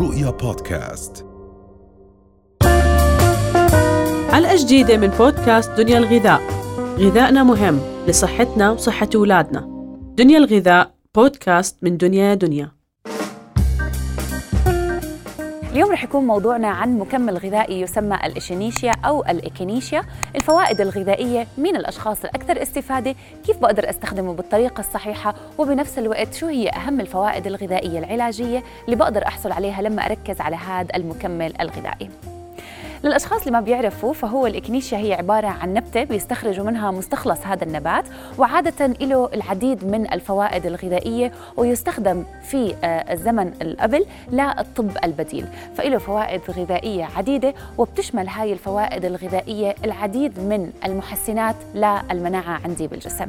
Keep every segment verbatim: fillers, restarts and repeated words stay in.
رؤيا بودكاست. حلقة جديدة من بودكاست دنيا الغذاء. غذائنا مهم لصحتنا وصحة أولادنا. دنيا الغذاء بودكاست من دنيا دنيا. اليوم رح يكون موضوعنا عن مكمل غذائي يسمى الإشينيشيا أو الإكينيشيا. الفوائد الغذائية، مين الأشخاص الأكثر استفادة، كيف بقدر أستخدمه بالطريقة الصحيحة، وبنفس الوقت شو هي أهم الفوائد الغذائية العلاجية اللي بقدر أحصل عليها لما أركز على هذا المكمل الغذائي. للأشخاص اللي ما بيعرفوا، فهو الإكينيشيا هي عبارة عن نبتة بيستخرجوا منها مستخلص هذا النبات، وعادة له العديد من الفوائد الغذائية ويستخدم في الزمن القبل للطب البديل، فإله فوائد غذائية عديدة، وبتشمل هاي الفوائد الغذائية العديد من المحسنات للمناعة عندي بالجسم.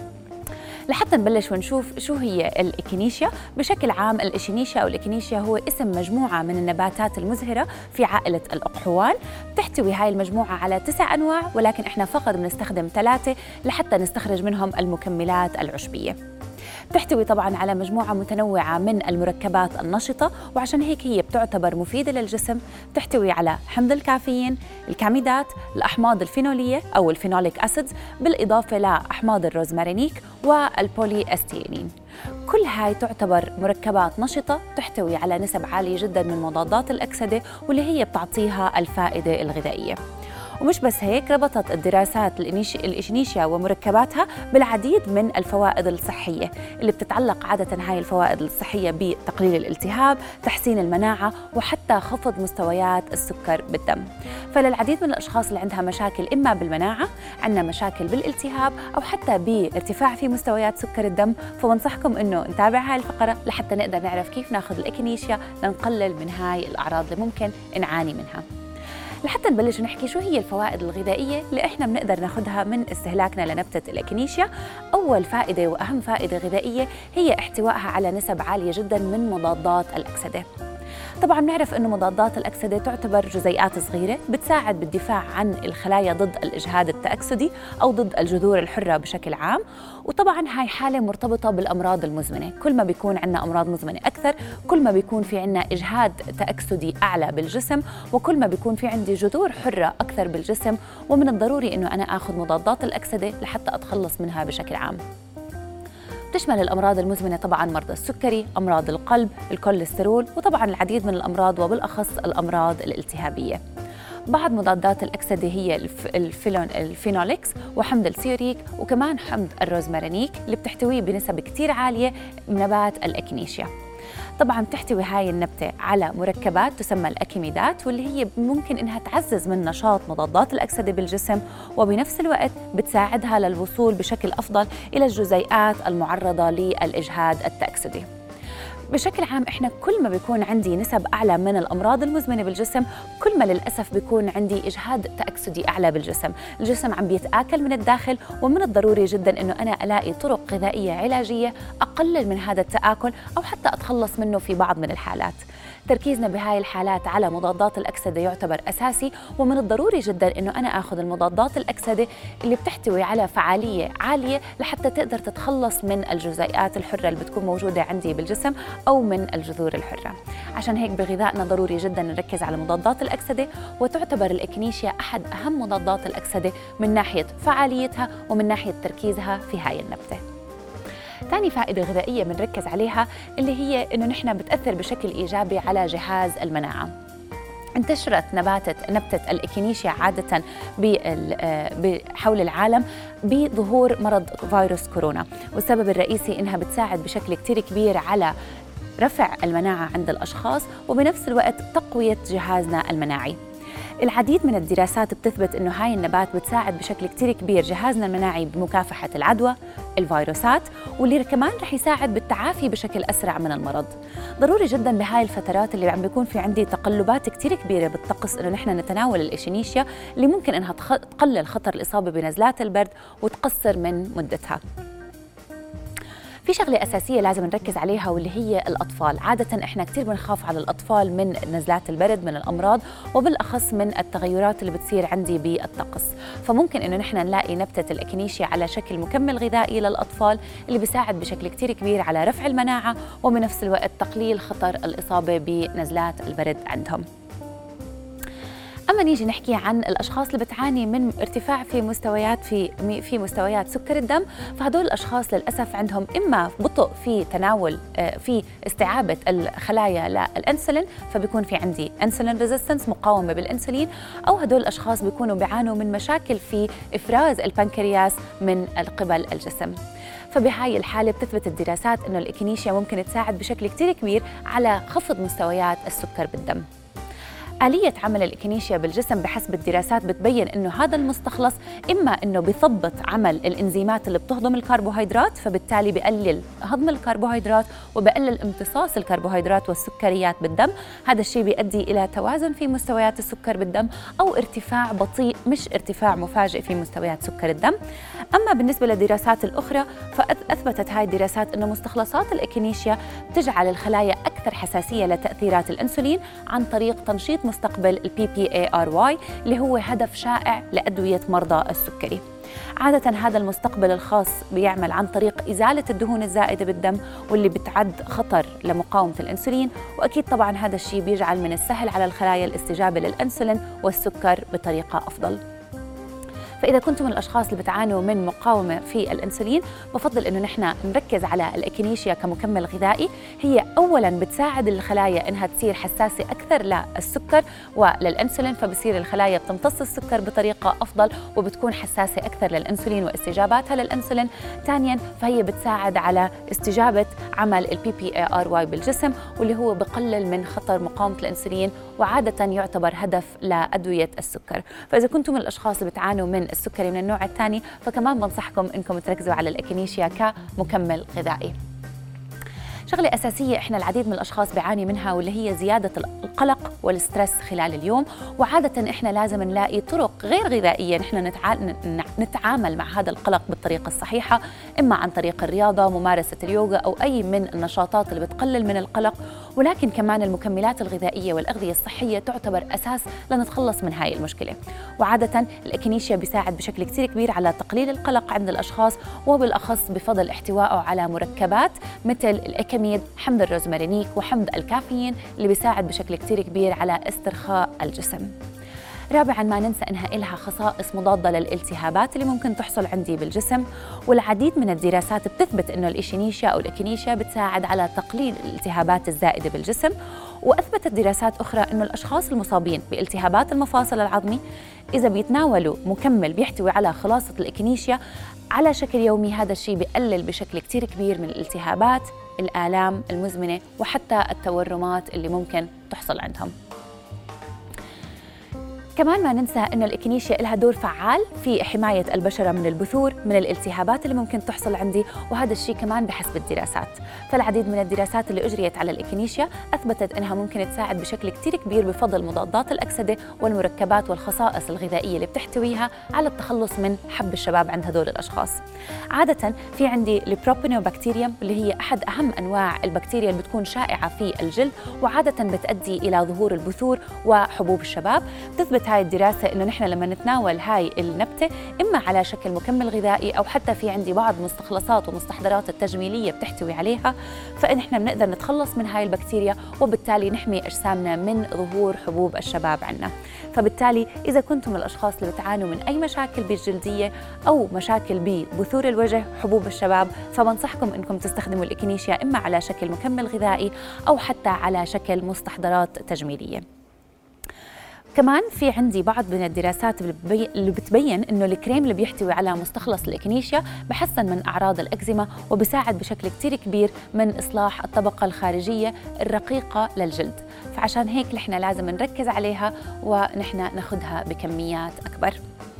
لحتى نبلش ونشوف شو هي الإكينيشيا بشكل عام. الإشينيشيا أو الإكينيشيا هو اسم مجموعة من النباتات المزهرة في عائلة الأقحوان. تحتوي هاي المجموعة على تسع أنواع، ولكن إحنا فقط بنستخدم ثلاثة لحتى نستخرج منهم المكملات العشبية. تحتوي طبعاً على مجموعة متنوعة من المركبات النشطة، وعشان هيك هي بتعتبر مفيدة للجسم. تحتوي على حمض الكافيين، الكاميدات، الأحماض الفينولية أو الفينوليك أسيدز، بالإضافة لأحماض الروزمارينيك والبولي أستيلين. كل هاي تعتبر مركبات نشطة تحتوي على نسب عالية جداً من مضادات الأكسدة، واللي هي بتعطيها الفائدة الغذائية. ومش بس هيك، ربطت الدراسات الإشينيشيا ومركباتها بالعديد من الفوائد الصحية اللي بتتعلق عادة هاي الفوائد الصحية بتقليل الالتهاب، تحسين المناعة، وحتى خفض مستويات السكر بالدم. فللعديد من الأشخاص اللي عندها مشاكل إما بالمناعة، عندنا مشاكل بالالتهاب، أو حتى بارتفاع في مستويات سكر الدم، فبنصحكم إنه نتابع هاي الفقرة لحتى نقدر نعرف كيف ناخذ الإكينيشيا لنقلل من هاي الأعراض اللي ممكن نعاني منها. لحتى نبلش نحكي شو هي الفوائد الغذائية اللي إحنا بنقدر ناخدها من استهلاكنا لنبتة الإكينيشيا. أول فائدة وأهم فائدة غذائية هي احتوائها على نسب عالية جداً من مضادات الأكسدة. طبعاً نعرف أنه مضادات الأكسدة تعتبر جزيئات صغيرة بتساعد بالدفاع عن الخلايا ضد الإجهاد التأكسدي أو ضد الجذور الحرة بشكل عام. وطبعاً هاي حالة مرتبطة بالأمراض المزمنة. كل ما بيكون عندنا أمراض مزمنة أكثر، كل ما بيكون في عندنا إجهاد تأكسدي أعلى بالجسم، وكل ما بيكون في عندي جذور حرة أكثر بالجسم، ومن الضروري أنه أنا أخذ مضادات الأكسدة لحتى أتخلص منها بشكل عام. تشمل الأمراض المزمنة طبعاً مرضى السكري، أمراض القلب، الكوليسترول، وطبعاً العديد من الأمراض، وبالأخص الأمراض الالتهابية. بعض مضادات الأكسدة هي الفيلون الفينوليكس وحمض السيوريك، وكمان حمض الروزمارينيك اللي بتحتويه بنسب كتير عالية من نبات الإكينيشيا. طبعاً تحتوي هاي النبتة على مركبات تسمى الأكيميدات، واللي هي ممكن إنها تعزز من نشاط مضادات الأكسدة بالجسم، وبنفس الوقت بتساعدها للوصول بشكل أفضل إلى الجزيئات المعرضة للإجهاد التأكسدي. بشكل عام إحنا كل ما بيكون عندي نسب أعلى من الأمراض المزمنة بالجسم، كل ما للأسف بيكون عندي إجهاد تأكسدي أعلى بالجسم. الجسم عم بيتآكل من الداخل، ومن الضروري جدا إنه أنا ألاقي طرق غذائية علاجية أقلل من هذا التآكل أو حتى أتخلص منه في بعض من الحالات. تركيزنا بهاي الحالات على مضادات الأكسدة يعتبر أساسي، ومن الضروري جدا إنه أنا أخذ المضادات الأكسدة اللي بتحتوي على فعالية عالية لحتى تقدر تتخلص من الجزيئات الحرة اللي بتكون موجودة عندي بالجسم أو من الجذور الحرة. عشان هيك بغذائنا ضروري جدا نركز على مضادات الأكسدة، وتعتبر الإكينيشيا أحد أهم مضادات الأكسدة من ناحية فعاليتها ومن ناحية تركيزها في هاي النبتة. ثاني فائدة غذائية بنركز عليها اللي هي إنه نحن بتأثر بشكل إيجابي على جهاز المناعة. انتشرت نباتة نبتة الإكينيشيا عادة حول العالم بظهور مرض فيروس كورونا، والسبب الرئيسي إنها بتساعد بشكل كتير كبير على رفع المناعة عند الأشخاص، وبنفس الوقت تقوية جهازنا المناعي. العديد من الدراسات بتثبت إنه هاي النبات بتساعد بشكل كتير كبير جهازنا المناعي بمكافحة العدوى، الفيروسات، واللي كمان رح يساعد بالتعافي بشكل أسرع من المرض. ضروري جدا بهاي الفترات اللي عم بيكون في عندي تقلبات كتير كبيرة بالطقس إنه نحن نتناول الإشينيشيا اللي ممكن إنها تقلل خطر الإصابة بنزلات البرد وتقصر من مدتها. في شغلة أساسية لازم نركز عليها واللي هي الأطفال. عادة إحنا كتير بنخاف على الأطفال من نزلات البرد، من الأمراض، وبالأخص من التغيرات اللي بتصير عندي بالطقس. فممكن إنه نحن نلاقي نبتة الإكينيشيا على شكل مكمل غذائي للأطفال اللي بيساعد بشكل كتير كبير على رفع المناعة وبنفس الوقت تقليل خطر الإصابة بنزلات البرد عندهم. أما نيجي نحكي عن الأشخاص اللي بتعاني من ارتفاع في مستويات في في مستويات سكر الدم، فهدول الأشخاص للأسف عندهم إما بطء في تناول في استعابة الخلايا للأنسولين، فبيكون في عندي أنسولين ريزيستنس، مقاومة بالأنسولين، أو هدول الأشخاص بيكونوا بيعانوا من مشاكل في إفراز البنكرياس من قبل الجسم. فبهاي الحالة بتثبت الدراسات إنه الإكينيشيا ممكن تساعد بشكل كتير كبير على خفض مستويات السكر بالدم. آلية عمل الإكينيشيا بالجسم بحسب الدراسات بتبين إنه هذا المستخلص إما إنه بيثبط عمل الإنزيمات اللي بتهضم الكربوهيدرات، فبالتالي بقلل هضم الكربوهيدرات وبقلل امتصاص الكربوهيدرات والسكريات بالدم. هذا الشيء بيؤدي إلى توازن في مستويات السكر بالدم أو ارتفاع بطيء مش ارتفاع مفاجئ في مستويات سكر الدم. أما بالنسبة للدراسات الأخرى فأثبتت هاي الدراسات إنه مستخلصات الإكينيشيا بتجعل الخلايا أكثر حساسية لتأثيرات الأنسولين عن طريق تنشيط مستقبل ال بي بي إيه آر واي اللي هو هدف شائع لأدوية مرضى السكري. عادة هذا المستقبل الخاص بيعمل عن طريق إزالة الدهون الزائدة بالدم واللي بتعد خطر لمقاومة الأنسولين، وأكيد طبعاً هذا الشيء بيجعل من السهل على الخلايا الاستجابة للأنسولين والسكر بطريقة أفضل. فإذا كنتم من الأشخاص اللي بتعانوا من مقاومة في الأنسولين، بفضل إنه نحن نركز على الإكينيشيا كمكمل غذائي. هي أولاً بتساعد الخلايا إنها تصير حساسة أكثر للسكر وللأنسولين، فبصير الخلايا بتمتص السكر بطريقة أفضل وبتكون حساسة أكثر للأنسولين واستجاباتها للأنسولين. ثانياً فهي بتساعد على استجابة عمل ال بي بي إيه آر واي بالجسم واللي هو بقلل من خطر مقاومة الأنسولين وعادة يعتبر هدف لأدوية السكر. فإذا كنتم من الأشخاص اللي بتعانوا من السكري من النوع الثاني فكمان بنصحكم انكم تركزوا على الإكينيشيا كمكمل غذائي. شغلة أساسية إحنا العديد من الأشخاص بيعاني منها واللي هي زيادة القلق والستريس خلال اليوم، وعادة إحنا لازم نلاقي طرق غير غذائية نحن نتع... نتعامل مع هذا القلق بالطريقة الصحيحة، إما عن طريق الرياضة، ممارسة اليوغا، أو أي من النشاطات اللي بتقلل من القلق. ولكن كمان المكملات الغذائية والأغذية الصحية تعتبر أساس لنتخلص من هاي المشكلة. وعادة الإكينيشيا بيساعد بشكل كتير كبير على تقليل القلق عند الأشخاص، وبالأخص بفضل احتوائه على مركبات مثل الإكاميد، حمض الروزمارينيك، وحمض الكافيين اللي بيساعد بشكل كتير كبير على استرخاء الجسم. رابعاً ما ننسى إنها إلها خصائص مضادة للالتهابات اللي ممكن تحصل عندي بالجسم، والعديد من الدراسات بتثبت إنه الإيشينيشيا أو الإكينيشيا بتساعد على تقليل الالتهابات الزائدة بالجسم. وأثبتت دراسات أخرى إنه الأشخاص المصابين بالتهابات المفاصل العظمي إذا بيتناولوا مكمل بيحتوي على خلاصة الإكينيشيا على شكل يومي، هذا الشيء بيقلل بشكل كتير كبير من الالتهابات، الآلام المزمنة، وحتى التورمات اللي ممكن تحصل عندهم. كمان ما ننسى أن الإكينيشيا لها دور فعال في حماية البشرة من البثور، من الالتهابات اللي ممكن تحصل عندي، وهذا الشيء كمان بحسب الدراسات. فالعديد من الدراسات اللي أجريت على الإكينيشيا أثبتت أنها ممكن تساعد بشكل كتير كبير بفضل مضادات الأكسدة والمركبات والخصائص الغذائية اللي بتحتويها على التخلص من حب الشباب عند هدول الأشخاص. عادة في عندي البروبينوبكتيريوم اللي هي أحد أهم أنواع البكتيريا اللي بتكون شائعة في الجلد، وعادة بتؤدي إلى ظهور البثور وحبوب الشباب. تثبت هاي الدراسة إنه نحن لما نتناول هاي النبتة إما على شكل مكمل غذائي أو حتى في عندي بعض مستخلصات ومستحضرات التجميلية بتحتوي عليها، فإنحنا بنقدر نتخلص من هاي البكتيريا وبالتالي نحمي أجسامنا من ظهور حبوب الشباب عنا. فبالتالي إذا كنتم من الأشخاص اللي بتعانوا من أي مشاكل بالجلدية أو مشاكل ببثور الوجه، حبوب الشباب، فبنصحكم إنكم تستخدموا الإكينيشيا إما على شكل مكمل غذائي أو حتى على شكل مستحضرات تجميلية. كمان في عندي بعض من الدراسات اللي بتبين إنه الكريم اللي بيحتوي على مستخلص الإكينيشيا بحسن من أعراض الأكزيما وبيساعد بشكل كتير كبير من إصلاح الطبقة الخارجية الرقيقة للجلد. فعشان هيك نحن لازم نركز عليها ونحن ناخدها بكميات أكبر.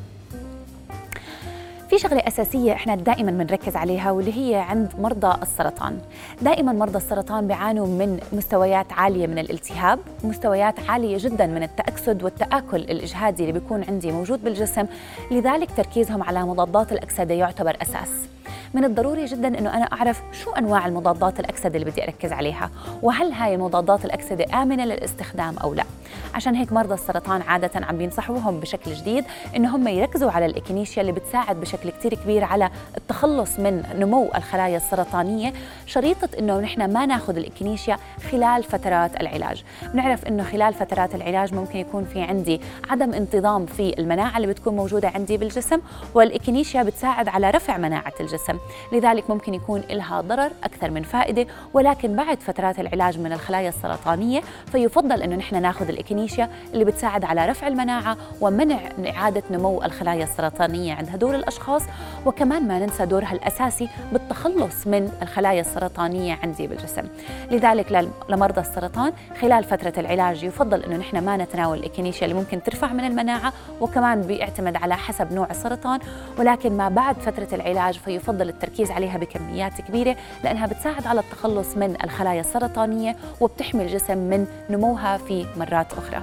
في شغلة أساسية إحنا دائماً بنركز عليها واللي هي عند مرضى السرطان. دائماً مرضى السرطان بيعانوا من مستويات عالية من الالتهاب، مستويات عالية جداً من التأكسد والتآكل الإجهادي اللي بيكون عندي موجود بالجسم، لذلك تركيزهم على مضادات الأكسدة يعتبر أساس. من الضروري جدا إنه أنا أعرف شو أنواع المضادات الأكسدة اللي بدي أركز عليها، وهل هاي المضادات الأكسدة آمنة للاستخدام أو لا. عشان هيك مرضى السرطان عادة عم بينصحوهم بشكل جديد إن هم يركزوا على الإكينيشيا اللي بتساعد بشكل كتير كبير على التخلص من نمو الخلايا السرطانية، شريطة إنه نحن ما ناخذ الإكينيشيا خلال فترات العلاج. بنعرف إنه خلال فترات العلاج ممكن يكون في عندي عدم انتظام في المناعة اللي بتكون موجودة عندي بالجسم، والإكينيشيا بتساعد على رفع مناعة الجسم، لذلك ممكن يكون لها ضرر أكثر من فائدة. ولكن بعد فترات العلاج من الخلايا السرطانية فيفضل إنه نحن ناخذ الإكينيشيا اللي بتساعد على رفع المناعة ومنع إعادة نمو الخلايا السرطانية عند هدول الأشخاص، وكمان ما ننسى دورها الأساسي بالتخلص من الخلايا السرطانية عندي بالجسم. لذلك لمرضى السرطان خلال فترة العلاج يفضل إنه نحن ما نتناول الإكينيشيا اللي ممكن ترفع من المناعة، وكمان بيعتمد على حسب نوع السرطان. ولكن ما بعد فترة العلاج فيفضل التركيز عليها بكميات كبيرة، لأنها بتساعد على التخلص من الخلايا السرطانية وبتحمي الجسم من نموها في مرات أخرى.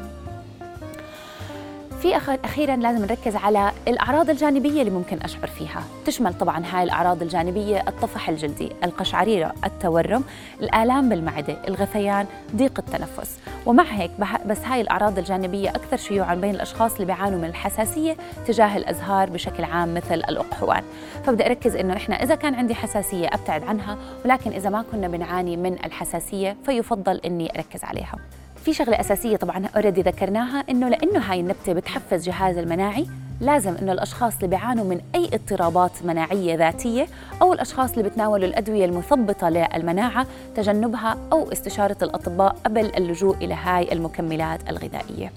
في أخيراً لازم نركز على الأعراض الجانبية اللي ممكن أشعر فيها. تشمل طبعاً هاي الأعراض الجانبية الطفح الجلدي، القشعريرة، التورم، الآلام بالمعدة، الغثيان، ضيق التنفس. ومع هيك بس هاي الأعراض الجانبية أكثر شيوعاً بين الأشخاص اللي بيعانوا من الحساسية تجاه الأزهار بشكل عام مثل الأقحوان. فبدي أركز إنه إحنا إذا كان عندي حساسية أبتعد عنها، ولكن إذا ما كنا بنعاني من الحساسية فيفضل إني أركز عليها. في شغلة أساسية طبعاً أوريدي ذكرناها، إنه لأنه هاي النبتة بتحفز جهاز المناعي، لازم إنه الأشخاص اللي بيعانوا من أي اضطرابات مناعية ذاتية أو الأشخاص اللي بتناولوا الأدوية المثبطة للمناعة تجنبها أو استشارة الأطباء قبل اللجوء إلى هاي المكملات الغذائية.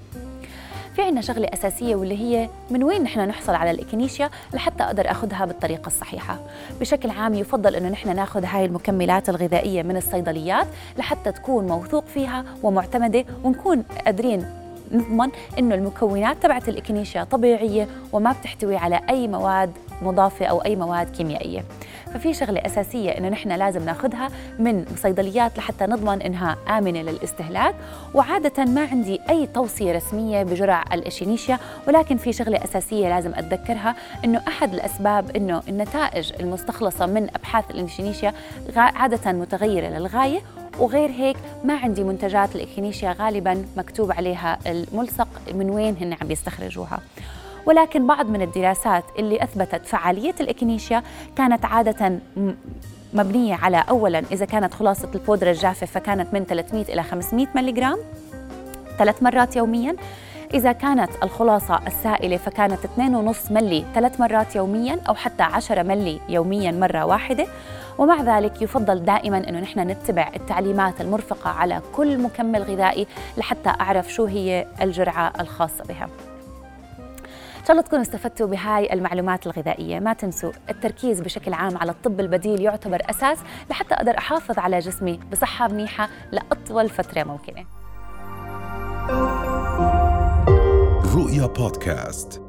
في عنا شغلة أساسية واللي هي من وين نحن نحصل على الإكينيشيا لحتى أقدر أخذها بالطريقة الصحيحة. بشكل عام يفضل أنه نحن ناخذ هاي المكملات الغذائية من الصيدليات لحتى تكون موثوق فيها ومعتمدة، ونكون قادرين نضمن إنه المكونات تبعت الإكينيشيا طبيعية وما بتحتوي على أي مواد مضافة أو أي مواد كيميائية. ففي شغلة أساسية إنه نحن لازم ناخدها من صيدليات لحتى نضمن إنها آمنة للاستهلاك. وعادة ما عندي أي توصية رسمية بجرعة الإكينيشيا، ولكن في شغلة أساسية لازم أتذكرها، إنه أحد الأسباب إنه النتائج المستخلصة من أبحاث الإكينيشيا عادة متغيرة للغاية، وغير هيك ما عندي منتجات الإكينيشيا غالباً مكتوب عليها الملصق من وين هن عم يستخرجوها. ولكن بعض من الدراسات اللي أثبتت فعالية الإكينيشيا كانت عادة مبنية على أولاً إذا كانت خلاصة البودرة الجافة فكانت من ثلاثمئة إلى خمسمئة ملغرام ثلاث مرات يومياً. إذا كانت الخلاصة السائلة فكانت اثنين ونص ملي ثلاث مرات يومياً، أو حتى عشرة ملي يومياً مرة واحدة. ومع ذلك يفضل دائماً أنه نحن نتبع التعليمات المرفقة على كل مكمل غذائي لحتى أعرف شو هي الجرعة الخاصة بها. إن شاء الله تكونوا استفدتوا بهاي المعلومات الغذائية. ما تنسوا التركيز بشكل عام على الطب البديل يعتبر أساس لحتى أقدر أحافظ على جسمي بصحة منيحة لأطول فترة ممكنة. رؤيا بودكاست.